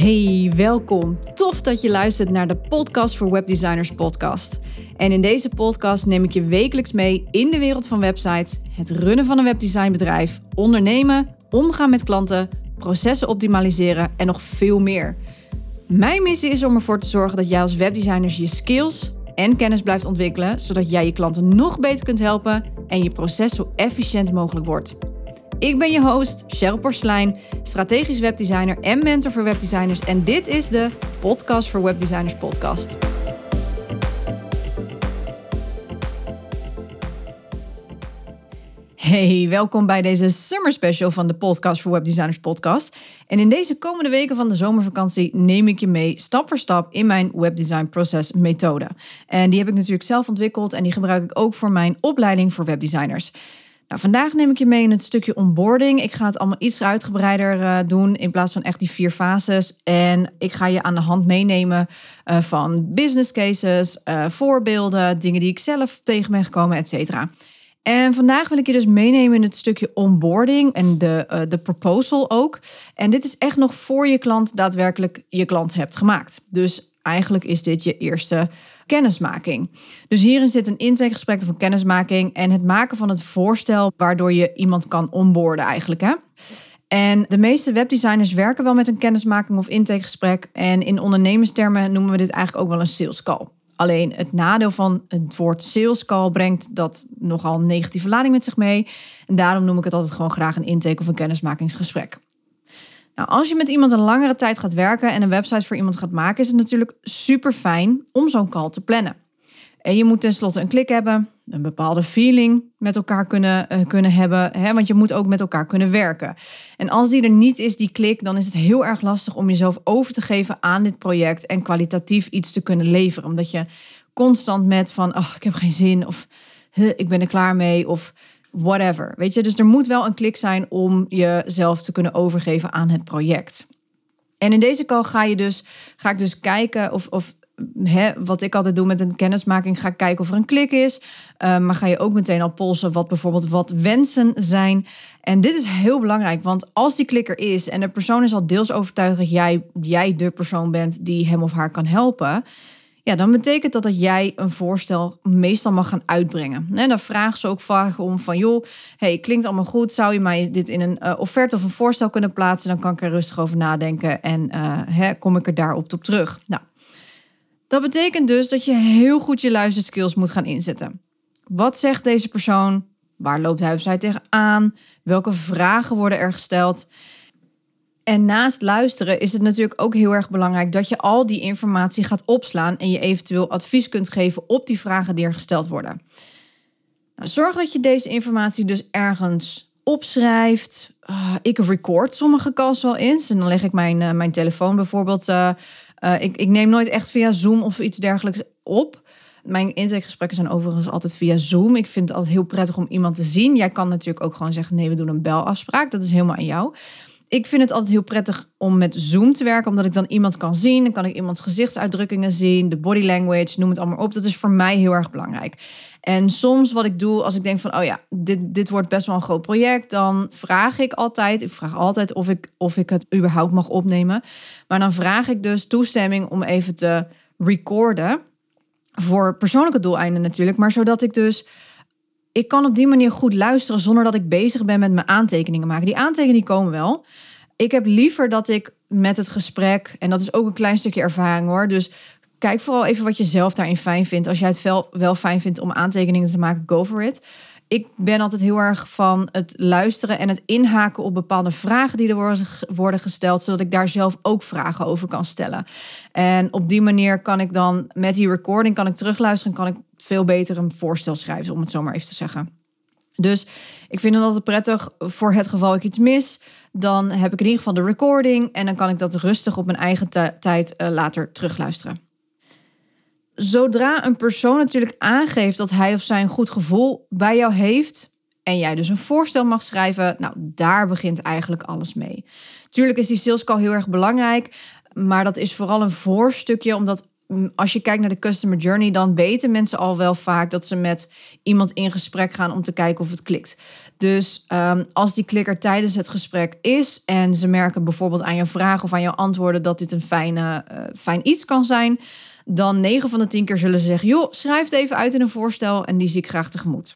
Hey, welkom. Tof dat je luistert naar de Podcast voor Webdesigners podcast. En in deze podcast neem ik je wekelijks mee in de wereld van websites, het runnen van een webdesignbedrijf, ondernemen, omgaan met klanten, processen optimaliseren en nog veel meer. Mijn missie is om ervoor te zorgen dat jij als webdesigner je skills en kennis blijft ontwikkelen, zodat jij je klanten nog beter kunt helpen en je proces zo efficiënt mogelijk wordt. Ik ben je host, Cheryl Porselein, strategisch webdesigner en mentor voor webdesigners. En dit is de Podcast voor Webdesigners podcast. Hey, welkom bij deze summer special van de Podcast voor Webdesigners podcast. En in deze komende weken van de zomervakantie neem ik je mee stap voor stap in mijn webdesign proces methode. En die heb ik natuurlijk zelf ontwikkeld en die gebruik ik ook voor mijn opleiding voor webdesigners. Nou, vandaag neem ik je mee in het stukje onboarding. Ik ga het allemaal iets uitgebreider doen in plaats van echt die 4 fases. En ik ga je aan de hand meenemen van business cases, voorbeelden, dingen die ik zelf tegen ben gekomen, et cetera. En vandaag wil ik je dus meenemen in het stukje onboarding en de proposal ook. En dit is echt nog voor je klant daadwerkelijk je klant hebt gemaakt. Dus eigenlijk is dit je eerste kennismaking. Dus hierin zit een intakegesprek of een kennismaking en het maken van het voorstel waardoor je iemand kan onboarden eigenlijk. Hè? En de meeste webdesigners werken wel met een kennismaking of intakegesprek. En in ondernemerstermen noemen we dit eigenlijk ook wel een sales call. Alleen het nadeel van het woord sales call brengt dat nogal negatieve lading met zich mee. En daarom noem ik het altijd gewoon graag een intake of een kennismakingsgesprek. Nou, als je met iemand een langere tijd gaat werken en een website voor iemand gaat maken, is het natuurlijk super fijn om zo'n call te plannen. En je moet tenslotte een klik hebben, een bepaalde feeling met elkaar kunnen hebben, hè, want je moet ook met elkaar kunnen werken. En als die er niet is, die klik, dan is het heel erg lastig om jezelf over te geven aan dit project en kwalitatief iets te kunnen leveren. Omdat je constant met van, ik heb geen zin of ik ben er klaar mee of whatever. Weet je, dus er moet wel een klik zijn om jezelf te kunnen overgeven aan het project. En in deze call ga ik dus kijken wat ik altijd doe met een kennismaking, ga ik kijken of er een klik is. Maar ga je ook meteen al polsen wat wensen zijn. En dit is heel belangrijk, want als die klik er is en de persoon is al deels overtuigd dat jij de persoon bent die hem of haar kan helpen, ja, dan betekent dat jij een voorstel meestal mag gaan uitbrengen. En dan vragen ze ook vaak om van, joh, hey, klinkt allemaal goed. Zou je mij dit in een offerte of een voorstel kunnen plaatsen? Dan kan ik er rustig over nadenken en kom ik er daarop op terug. Nou, dat betekent dus dat je heel goed je luisterskills moet gaan inzetten. Wat zegt deze persoon? Waar loopt hij of zij tegenaan? Welke vragen worden er gesteld? En naast luisteren is het natuurlijk ook heel erg belangrijk dat je al die informatie gaat opslaan en je eventueel advies kunt geven op die vragen die er gesteld worden. Nou, zorg dat je deze informatie dus ergens opschrijft. Ik record sommige calls wel eens en dan leg ik mijn telefoon bijvoorbeeld. Ik neem nooit echt via Zoom of iets dergelijks op. Mijn intakegesprekken zijn overigens altijd via Zoom. Ik vind het altijd heel prettig om iemand te zien. Jij kan natuurlijk ook gewoon zeggen, nee, we doen een belafspraak. Dat is helemaal aan jou. Ik vind het altijd heel prettig om met Zoom te werken, omdat ik dan iemand kan zien. Dan kan ik iemands gezichtsuitdrukkingen zien, de body language, noem het allemaal op. Dat is voor mij heel erg belangrijk. En soms wat ik doe, als ik denk van, dit wordt best wel een groot project, dan vraag ik altijd of ik het überhaupt mag opnemen. Maar dan vraag ik dus toestemming om even te recorden. Voor persoonlijke doeleinden natuurlijk, maar zodat ik kan op die manier goed luisteren zonder dat ik bezig ben met mijn aantekeningen maken. Die aantekeningen komen wel. Ik heb liever dat ik met het gesprek, en dat is ook een klein stukje ervaring hoor, dus kijk vooral even wat je zelf daarin fijn vindt. Als jij het wel fijn vindt om aantekeningen te maken, go for it. Ik ben altijd heel erg van het luisteren en het inhaken op bepaalde vragen die er worden gesteld, zodat ik daar zelf ook vragen over kan stellen. En op die manier kan ik dan met die recording terugluisteren en kan ik veel beter een voorstel schrijven, om het zo maar even te zeggen. Dus ik vind het altijd prettig voor het geval ik iets mis. Dan heb ik in ieder geval de recording en dan kan ik dat rustig op mijn eigen tijd later terugluisteren. Zodra een persoon natuurlijk aangeeft dat hij of zij een goed gevoel bij jou heeft en jij dus een voorstel mag schrijven, nou, daar begint eigenlijk alles mee. Tuurlijk is die sales call heel erg belangrijk, maar dat is vooral een voorstukje, omdat als je kijkt naar de customer journey, dan weten mensen al wel vaak dat ze met iemand in gesprek gaan om te kijken of het klikt. Dus als die klikker tijdens het gesprek is en ze merken bijvoorbeeld aan jouw vraag of aan jouw antwoorden dat dit een fijn iets kan zijn, dan 9 van de 10 keer zullen ze zeggen, joh, schrijf het even uit in een voorstel en die zie ik graag tegemoet.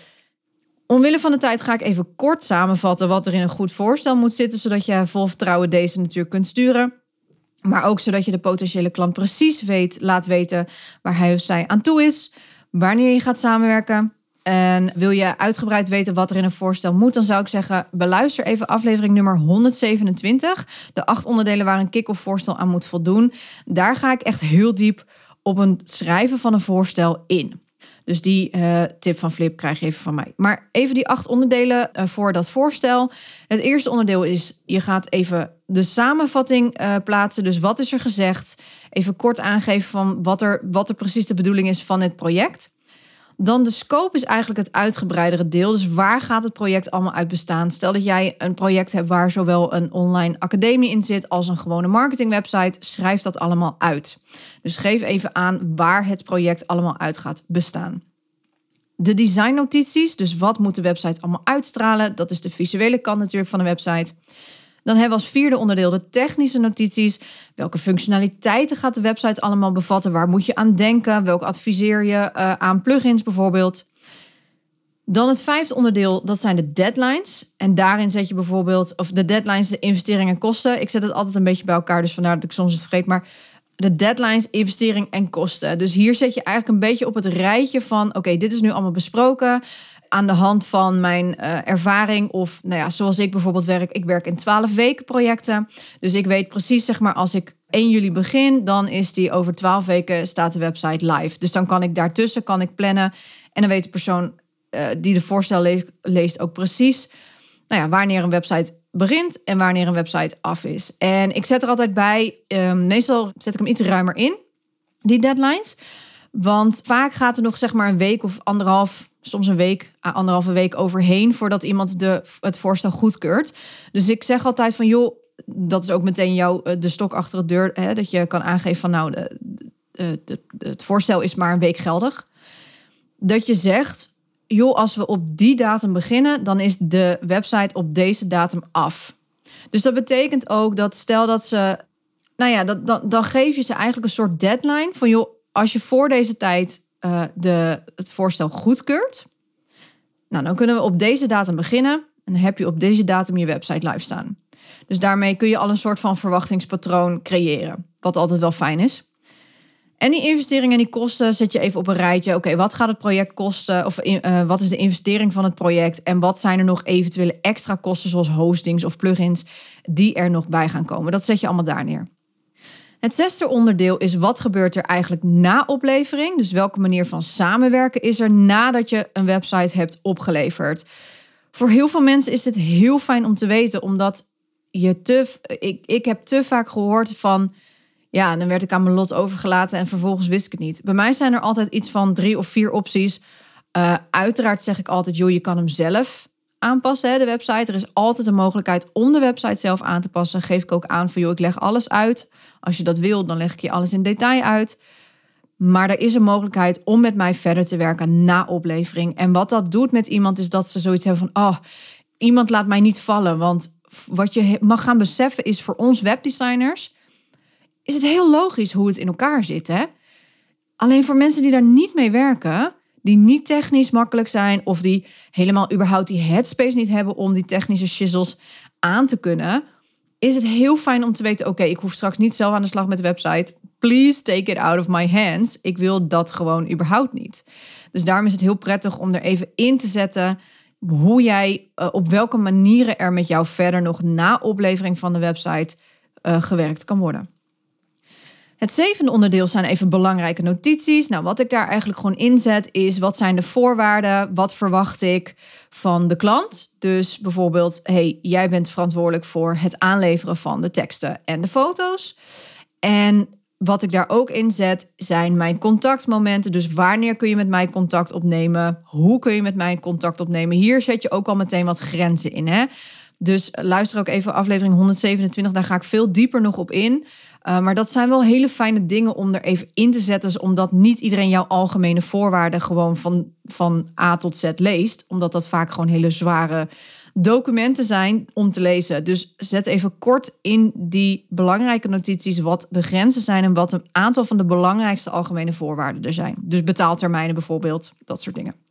Omwille van de tijd ga ik even kort samenvatten wat er in een goed voorstel moet zitten, zodat je vol vertrouwen deze natuurlijk kunt sturen. Maar ook zodat je de potentiële klant precies laat weten waar hij of zij aan toe is, wanneer je gaat samenwerken. En wil je uitgebreid weten wat er in een voorstel moet, dan zou ik zeggen, beluister even aflevering nummer 127. De 8 onderdelen waar een kick-off voorstel aan moet voldoen. Daar ga ik echt heel diep op het schrijven van een voorstel in. Dus die tip van Flip krijg je even van mij. Maar even die 8 onderdelen voor dat voorstel. Het eerste onderdeel is, je gaat even de samenvatting plaatsen. Dus wat is er gezegd? Even kort aangeven van wat er precies de bedoeling is van dit project. Dan de scope is eigenlijk het uitgebreidere deel. Dus waar gaat het project allemaal uit bestaan? Stel dat jij een project hebt waar zowel een online academie in zit als een gewone marketingwebsite. Schrijf dat allemaal uit. Dus geef even aan waar het project allemaal uit gaat bestaan. De designnotities, dus wat moet de website allemaal uitstralen? Dat is de visuele kant natuurlijk van de website. Dan hebben we als 4e onderdeel de technische notities. Welke functionaliteiten gaat de website allemaal bevatten? Waar moet je aan denken? Welke adviseer je aan plugins bijvoorbeeld? Dan het 5e onderdeel, dat zijn de deadlines. En daarin zet je bijvoorbeeld, of de deadlines, de investeringen en kosten. Ik zet het altijd een beetje bij elkaar, dus vandaar dat ik soms het vergeet. Maar de deadlines, investering en kosten. Dus hier zet je eigenlijk een beetje op het rijtje van, oké, dit is nu allemaal besproken aan de hand van mijn ervaring of, zoals ik bijvoorbeeld werk. Ik werk in 12 weken projecten. Dus ik weet precies, zeg maar, als ik 1 juli begin, dan is die over 12 weken staat de website live. Dus dan kan ik daartussen plannen. En dan weet de persoon die de voorstel leest ook precies wanneer een website begint en wanneer een website af is. En ik zet er altijd bij, meestal zet ik hem iets ruimer in, die deadlines. Want vaak gaat er nog zeg maar een week of soms een week, 1,5 week overheen voordat iemand het voorstel goedkeurt. Dus ik zeg altijd van, joh, dat is ook meteen de stok achter de deur, hè, dat je kan aangeven van, het voorstel is maar een week geldig. Dat je zegt, joh, als we op die datum beginnen, dan is de website op deze datum af. Dus dat betekent ook dat stel dat ze, dan geef je ze eigenlijk een soort deadline van, joh, als je voor deze tijd het voorstel goedkeurt, dan kunnen we op deze datum beginnen en dan heb je op deze datum je website live staan. Dus daarmee kun je al een soort van verwachtingspatroon creëren, wat altijd wel fijn is. En die investeringen en die kosten zet je even op een rijtje. Oké, wat gaat het project kosten? Of wat is de investering van het project? En wat zijn er nog eventuele extra kosten, zoals hostings of plugins, die er nog bij gaan komen? Dat zet je allemaal daar neer. Het 6e onderdeel is, wat gebeurt er eigenlijk na oplevering? Dus welke manier van samenwerken is er nadat je een website hebt opgeleverd? Voor heel veel mensen is dit heel fijn om te weten, omdat ik heb te vaak gehoord van, ja, dan werd ik aan mijn lot overgelaten en vervolgens wist ik het niet. Bij mij zijn er altijd iets van 3 of 4 opties. Uiteraard zeg ik altijd, joh, je kan hem zelf aanpassen, hè, de website. Er is altijd een mogelijkheid om de website zelf aan te passen. Geef ik ook aan van, joh, ik leg alles uit. Als je dat wil, dan leg ik je alles in detail uit. Maar er is een mogelijkheid om met mij verder te werken na oplevering. En wat dat doet met iemand is dat ze zoiets hebben van, iemand laat mij niet vallen. Want wat je mag gaan beseffen is, voor ons webdesigners is het heel logisch hoe het in elkaar zit, hè? Alleen voor mensen die daar niet mee werken, die niet technisch makkelijk zijn of die helemaal überhaupt die headspace niet hebben om die technische shizzles aan te kunnen, is het heel fijn om te weten, oké, ik hoef straks niet zelf aan de slag met de website. Please take it out of my hands. Ik wil dat gewoon überhaupt niet. Dus daarom is het heel prettig om er even in te zetten hoe jij, op welke manieren er met jou verder nog na oplevering van de website gewerkt kan worden. Het 7e onderdeel zijn even belangrijke notities. Nou, wat ik daar eigenlijk gewoon inzet is, wat zijn de voorwaarden? Wat verwacht ik van de klant? Dus bijvoorbeeld, jij bent verantwoordelijk voor het aanleveren van de teksten en de foto's. En wat ik daar ook in zet, zijn mijn contactmomenten. Dus wanneer kun je met mij contact opnemen? Hoe kun je met mij contact opnemen? Hier zet je ook al meteen wat grenzen in, hè? Dus luister ook even aflevering 127, daar ga ik veel dieper nog op in. Maar dat zijn wel hele fijne dingen om er even in te zetten, omdat niet iedereen jouw algemene voorwaarden gewoon van A tot Z leest. Omdat dat vaak gewoon hele zware documenten zijn om te lezen. Dus zet even kort in die belangrijke notities wat de grenzen zijn en wat een aantal van de belangrijkste algemene voorwaarden er zijn. Dus betaaltermijnen bijvoorbeeld, dat soort dingen.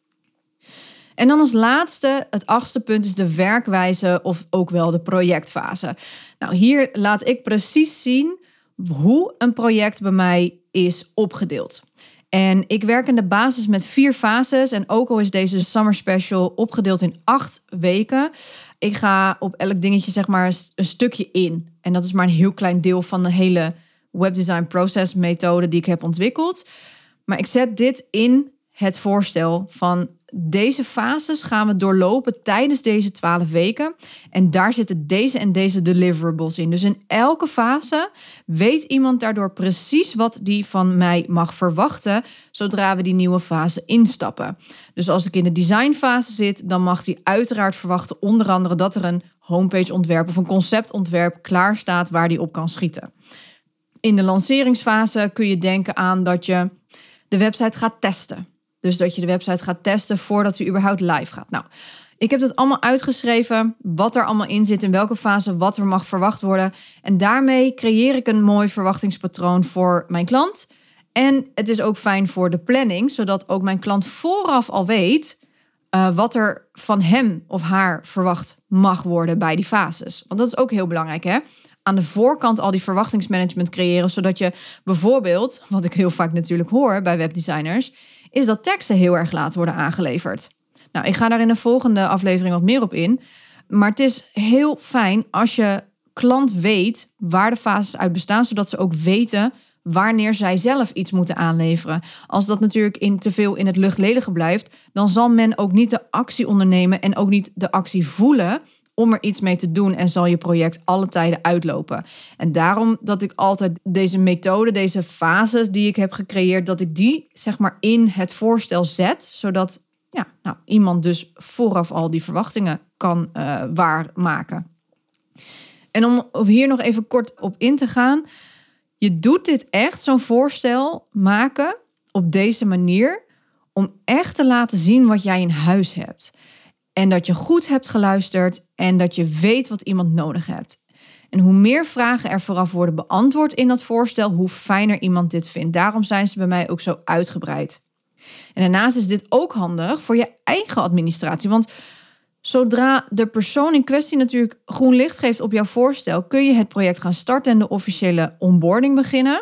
En dan als laatste, het 8e punt is de werkwijze of ook wel de projectfase. Nou, hier laat ik precies zien hoe een project bij mij is opgedeeld. En ik werk in de basis met 4 fases. En ook al is deze Summer Special opgedeeld in 8 weken. Ik ga op elk dingetje zeg maar een stukje in. En dat is maar een heel klein deel van de hele webdesign process methode die ik heb ontwikkeld. Maar ik zet dit in het voorstel van deze fases gaan we doorlopen tijdens deze 12 weken. En daar zitten deze en deze deliverables in. Dus in elke fase weet iemand daardoor precies wat die van mij mag verwachten zodra we die nieuwe fase instappen. Dus als ik in de designfase zit, dan mag hij uiteraard verwachten onder andere dat er een homepageontwerp of een conceptontwerp klaar staat waar die op kan schieten. In de lanceringsfase kun je denken aan dat je de website gaat testen. Dus dat je de website gaat testen voordat hij überhaupt live gaat. Nou, ik heb dat allemaal uitgeschreven, wat er allemaal in zit, in welke fase, wat er mag verwacht worden. En daarmee creëer ik een mooi verwachtingspatroon voor mijn klant. En het is ook fijn voor de planning, zodat ook mijn klant vooraf al weet wat er van hem of haar verwacht mag worden bij die fases. Want dat is ook heel belangrijk, hè? Aan de voorkant al die verwachtingsmanagement creëren, zodat je bijvoorbeeld, wat ik heel vaak natuurlijk hoor bij webdesigners, is dat teksten heel erg laat worden aangeleverd. Nou, ik ga daar in de volgende aflevering wat meer op in. Maar het is heel fijn als je klant weet waar de fases uit bestaan, zodat ze ook weten wanneer zij zelf iets moeten aanleveren. Als dat natuurlijk te veel in het luchtledige blijft, dan zal men ook niet de actie ondernemen en ook niet de actie voelen om er iets mee te doen en zal je project alle tijden uitlopen. En daarom dat ik altijd deze methode, deze fases die ik heb gecreëerd, dat ik die zeg maar in het voorstel zet, zodat iemand dus vooraf al die verwachtingen kan waarmaken. En om hier nog even kort op in te gaan, je doet dit echt, zo'n voorstel maken op deze manier, om echt te laten zien wat jij in huis hebt. En dat je goed hebt geluisterd en dat je weet wat iemand nodig hebt. En hoe meer vragen er vooraf worden beantwoord in dat voorstel, hoe fijner iemand dit vindt. Daarom zijn ze bij mij ook zo uitgebreid. En daarnaast is dit ook handig voor je eigen administratie. Want zodra de persoon in kwestie natuurlijk groen licht geeft op jouw voorstel, kun je het project gaan starten en de officiële onboarding beginnen.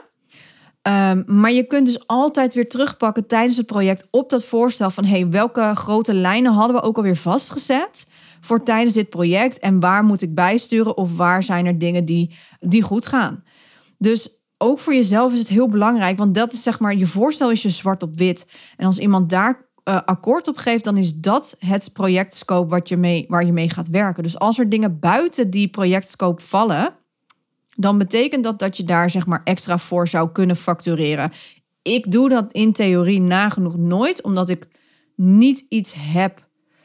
Maar je kunt dus altijd weer terugpakken tijdens het project op dat voorstel van welke grote lijnen hadden we ook alweer vastgezet voor tijdens dit project en waar moet ik bijsturen of waar zijn er dingen die goed gaan. Dus ook voor jezelf is het heel belangrijk, want dat is zeg maar, je voorstel is je zwart op wit. En als iemand daar akkoord op geeft, dan is dat het projectscope waar je mee gaat werken. Dus als er dingen buiten die projectscope vallen, dan betekent dat je daar zeg maar extra voor zou kunnen factureren. Ik doe dat in theorie nagenoeg nooit, omdat ik niet iets heb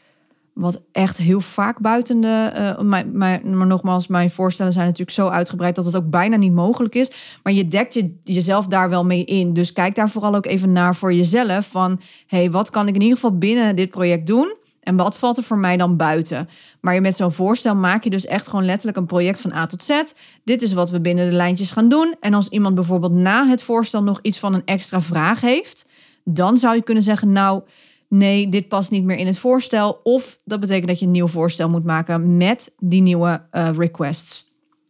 wat echt heel vaak buiten de... Maar nogmaals, mijn voorstellen zijn natuurlijk zo uitgebreid dat het ook bijna niet mogelijk is. Maar je dekt jezelf daar wel mee in. Dus kijk daar vooral ook even naar voor jezelf van, wat kan ik in ieder geval binnen dit project doen? En wat valt er voor mij dan buiten? Maar met zo'n voorstel maak je dus echt gewoon letterlijk een project van A tot Z. Dit is wat we binnen de lijntjes gaan doen. En als iemand bijvoorbeeld na het voorstel nog iets van een extra vraag heeft, dan zou je kunnen zeggen, nou, nee, dit past niet meer in het voorstel. Of dat betekent dat je een nieuw voorstel moet maken met die nieuwe requests.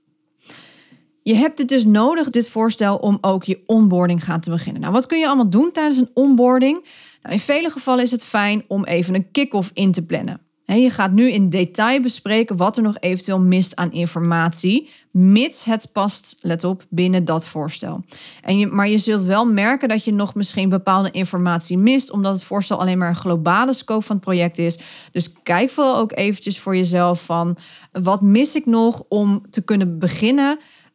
Je hebt het dus nodig, dit voorstel, om ook je onboarding gaan te beginnen. Nou, wat kun je allemaal doen tijdens een onboarding? Nou, in vele gevallen is het fijn om even een kick-off in te plannen. Je gaat nu in detail bespreken wat er nog eventueel mist aan informatie, mits het past, let op, binnen dat voorstel. Maar je zult wel merken dat je nog misschien bepaalde informatie mist, omdat het voorstel alleen maar een globale scope van het project is. Dus kijk vooral ook eventjes voor jezelf van, wat mis ik nog om te kunnen beginnen?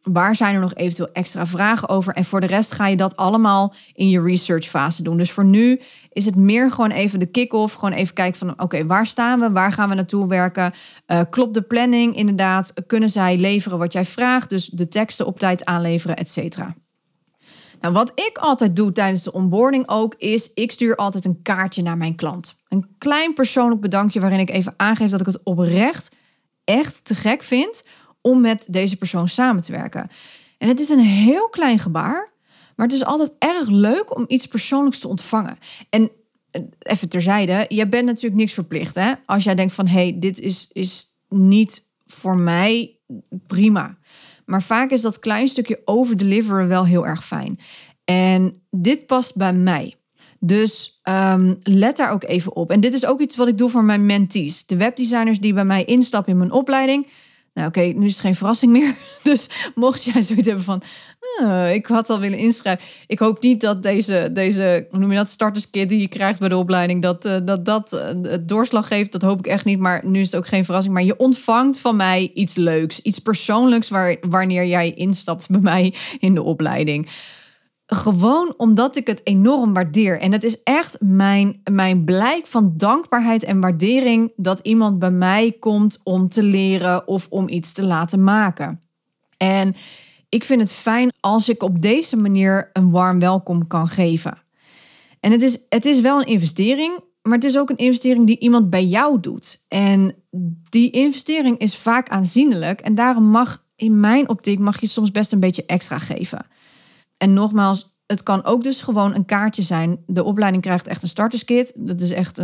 Waar zijn er nog eventueel extra vragen over? En voor de rest ga je dat allemaal in je researchfase doen. Dus voor nu is het meer gewoon even de kick-off. Gewoon even kijken van oké, waar staan we? Waar gaan we naartoe werken? Klopt de planning inderdaad? Kunnen zij leveren wat jij vraagt? Dus de teksten op tijd aanleveren, et cetera. Nou, wat ik altijd doe tijdens de onboarding ook is, ik stuur altijd een kaartje naar mijn klant. Een klein persoonlijk bedankje waarin ik even aangeef dat ik het oprecht echt te gek vind om met deze persoon samen te werken. En het is een heel klein gebaar, maar het is altijd erg leuk om iets persoonlijks te ontvangen. En even terzijde, je bent natuurlijk niks verplicht. Hè? Als jij denkt van, dit is niet voor mij, prima. Maar vaak is dat klein stukje overdeliveren wel heel erg fijn. En dit past bij mij. Dus let daar ook even op. En dit is ook iets wat ik doe voor mijn mentees. De webdesigners die bij mij instappen in mijn opleiding. Nou oké, nu is het geen verrassing meer. Dus mocht jij zoiets hebben van, ik had al willen inschrijven. Ik hoop niet dat deze hoe noem je dat, starterskit die je krijgt bij de opleiding, dat het doorslag geeft. Dat hoop ik echt niet, maar nu is het ook geen verrassing. Maar je ontvangt van mij iets leuks, iets persoonlijks wanneer jij instapt bij mij in de opleiding. Gewoon omdat ik het enorm waardeer. En het is echt mijn blijk van dankbaarheid en waardering dat iemand bij mij komt om te leren of om iets te laten maken. En ik vind het fijn als ik op deze manier een warm welkom kan geven. En het is wel een investering, maar het is ook een investering die iemand bij jou doet. En die investering is vaak aanzienlijk. En daarom in mijn optiek je soms best een beetje extra geven. En nogmaals, het kan ook dus gewoon een kaartje zijn. De opleiding krijgt echt een starterskit. Dat is echt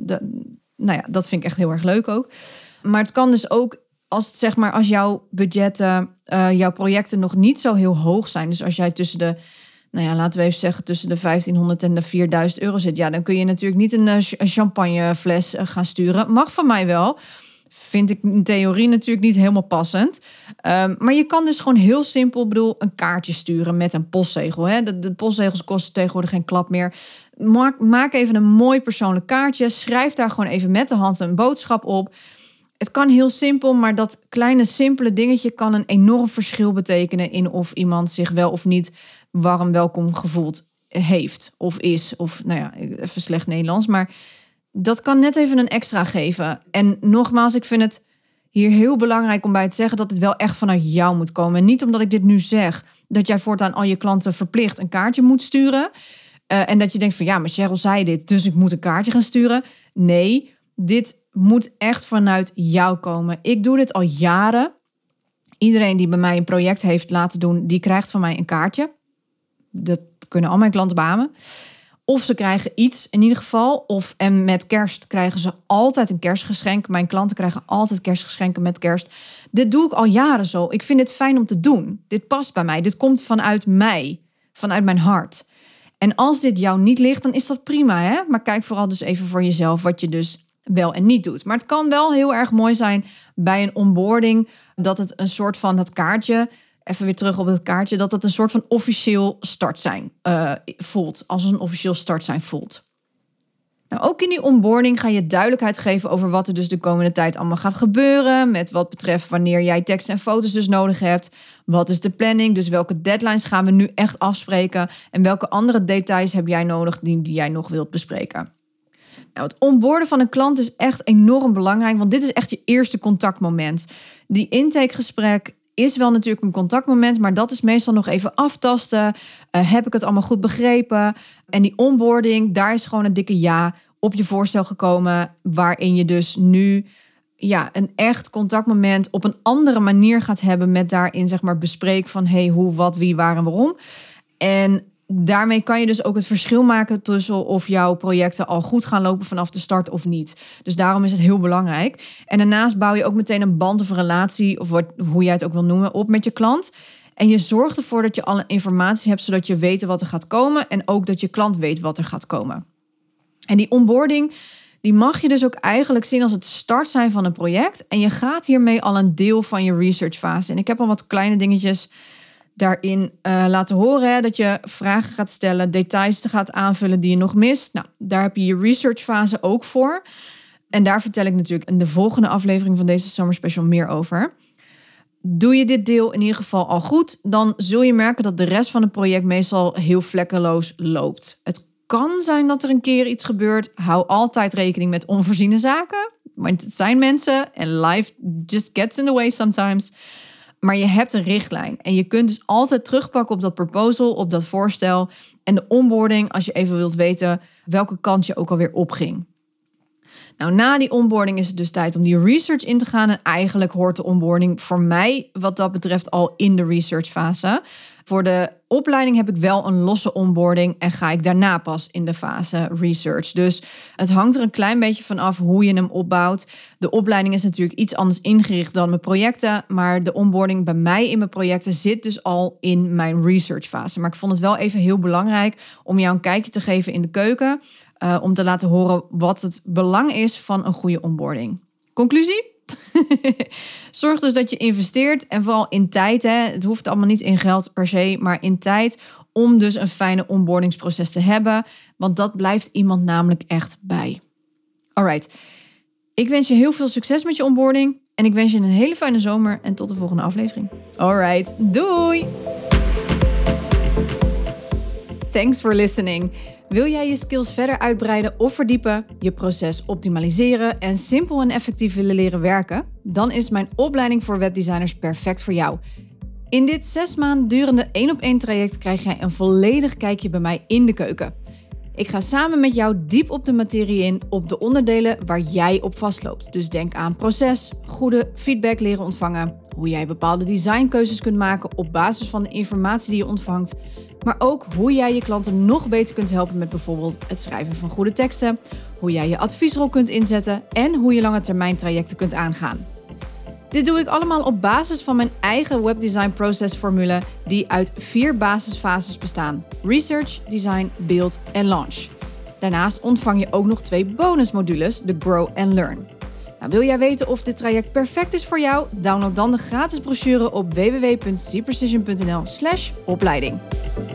dat vind ik echt heel erg leuk ook. Maar het kan dus ook als jouw budgetten, jouw projecten nog niet zo heel hoog zijn. Dus als jij tussen de, laten we even zeggen, tussen de 1500 en de 4000 euro zit. Ja, dan kun je natuurlijk niet een champagnefles gaan sturen. Mag van mij wel. Vind ik in theorie natuurlijk niet helemaal passend. Maar je kan dus gewoon heel simpel, een kaartje sturen met een postzegel. Hè? De postzegels kosten tegenwoordig geen klap meer. Maak even een mooi persoonlijk kaartje. Schrijf daar gewoon even met de hand een boodschap op. Het kan heel simpel, maar dat kleine simpele dingetje kan een enorm verschil betekenen in of iemand zich wel of niet warm welkom gevoeld heeft of is. Of even slecht Nederlands, maar dat kan net even een extra geven. En nogmaals, ik vind het hier heel belangrijk om bij te zeggen dat het wel echt vanuit jou moet komen. En niet omdat ik dit nu zeg, dat jij voortaan al je klanten verplicht een kaartje moet sturen. En dat je denkt van maar Cheryl zei dit, dus ik moet een kaartje gaan sturen. Nee, dit moet echt vanuit jou komen. Ik doe dit al jaren. Iedereen die bij mij een project heeft laten doen, die krijgt van mij een kaartje. Dat kunnen al mijn klanten beamen. Of ze krijgen iets in ieder geval. En met kerst krijgen ze altijd een kerstgeschenk. Mijn klanten krijgen altijd kerstgeschenken met kerst. Dit doe ik al jaren zo. Ik vind het fijn om te doen. Dit past bij mij. Dit komt vanuit mij. Vanuit mijn hart. En als dit jou niet ligt, dan is dat prima. Hè? Maar kijk vooral dus even voor jezelf wat je dus wel en niet doet. Maar het kan wel heel erg mooi zijn bij een onboarding dat het een soort van dat kaartje, even weer terug op het kaartje, dat het een soort van officieel start zijn voelt. Als een officieel start zijn voelt. Nou, ook in die onboarding ga je duidelijkheid geven over wat er dus de komende tijd allemaal gaat gebeuren. Met wat betreft wanneer jij tekst en foto's dus nodig hebt. Wat is de planning? Dus welke deadlines gaan we nu echt afspreken? En welke andere details heb jij nodig die jij nog wilt bespreken? Nou, het onboarden van een klant is echt enorm belangrijk, want dit is echt je eerste contactmoment. Die intakegesprek is wel natuurlijk een contactmoment, maar dat is meestal nog even aftasten. Heb ik het allemaal goed begrepen? En die onboarding, daar is gewoon een dikke ja op je voorstel gekomen, waarin je dus nu een echt contactmoment op een andere manier gaat hebben met daarin bespreek van hoe, wat, wie, waar en waarom. En daarmee kan je dus ook het verschil maken tussen of jouw projecten al goed gaan lopen vanaf de start of niet. Dus daarom is het heel belangrijk. En daarnaast bouw je ook meteen een band of een relatie, of hoe jij het ook wil noemen, op met je klant. En je zorgt ervoor dat je alle informatie hebt, zodat je weet wat er gaat komen en ook dat je klant weet wat er gaat komen. En die onboarding, die mag je dus ook eigenlijk zien als het start zijn van een project. En je gaat hiermee al een deel van je researchfase. En ik heb al wat kleine dingetjes daarin laten horen, hè, dat je vragen gaat stellen, details te gaat aanvullen die je nog mist. Nou, daar heb je je researchfase ook voor. En daar vertel ik natuurlijk in de volgende aflevering van deze Summer Special meer over. Doe je dit deel in ieder geval al goed, dan zul je merken dat de rest van het project meestal heel vlekkeloos loopt. Het kan zijn dat er een keer iets gebeurt. Hou altijd rekening met onvoorziene zaken, want het zijn mensen en life just gets in the way sometimes. Maar je hebt een richtlijn en je kunt dus altijd terugpakken op dat proposal, op dat voorstel en de onboarding als je even wilt weten welke kant je ook alweer opging. Nou, na die onboarding is het dus tijd om die research in te gaan. En eigenlijk hoort de onboarding voor mij wat dat betreft al in de research fase. Voor de opleiding heb ik wel een losse onboarding en ga ik daarna pas in de fase research. Dus het hangt er een klein beetje van af hoe je hem opbouwt. De opleiding is natuurlijk iets anders ingericht dan mijn projecten. Maar de onboarding bij mij in mijn projecten zit dus al in mijn research fase. Maar ik vond het wel even heel belangrijk om jou een kijkje te geven in de keuken. Om te laten horen wat het belang is van een goede onboarding. Conclusie? Zorg dus dat je investeert en vooral in tijd. Het hoeft allemaal niet in geld per se, maar in tijd om dus een fijne onboardingsproces te hebben. Want dat blijft iemand namelijk echt bij. Alright, ik wens je heel veel succes met je onboarding. En ik wens je een hele fijne zomer en tot de volgende aflevering. Alright, doei! Thanks for listening. Wil jij je skills verder uitbreiden of verdiepen, je proces optimaliseren en simpel en effectief willen leren werken? Dan is mijn opleiding voor webdesigners perfect voor jou. In dit 6 maanden durende 1-op-1 traject krijg jij een volledig kijkje bij mij in de keuken. Ik ga samen met jou diep op de materie in op de onderdelen waar jij op vastloopt. Dus denk aan proces, goede feedback leren ontvangen, hoe jij bepaalde designkeuzes kunt maken op basis van de informatie die je ontvangt, maar ook hoe jij je klanten nog beter kunt helpen met bijvoorbeeld het schrijven van goede teksten, hoe jij je adviesrol kunt inzetten en hoe je lange termijn trajecten kunt aangaan. Dit doe ik allemaal op basis van mijn eigen webdesign processformule die uit 4 basisfases bestaan: research, design, build en launch. Daarnaast ontvang je ook nog 2 bonusmodules, de Grow and Learn. Nou, wil jij weten of dit traject perfect is voor jou? Download dan de gratis brochure op www.cprecision.nl/opleiding.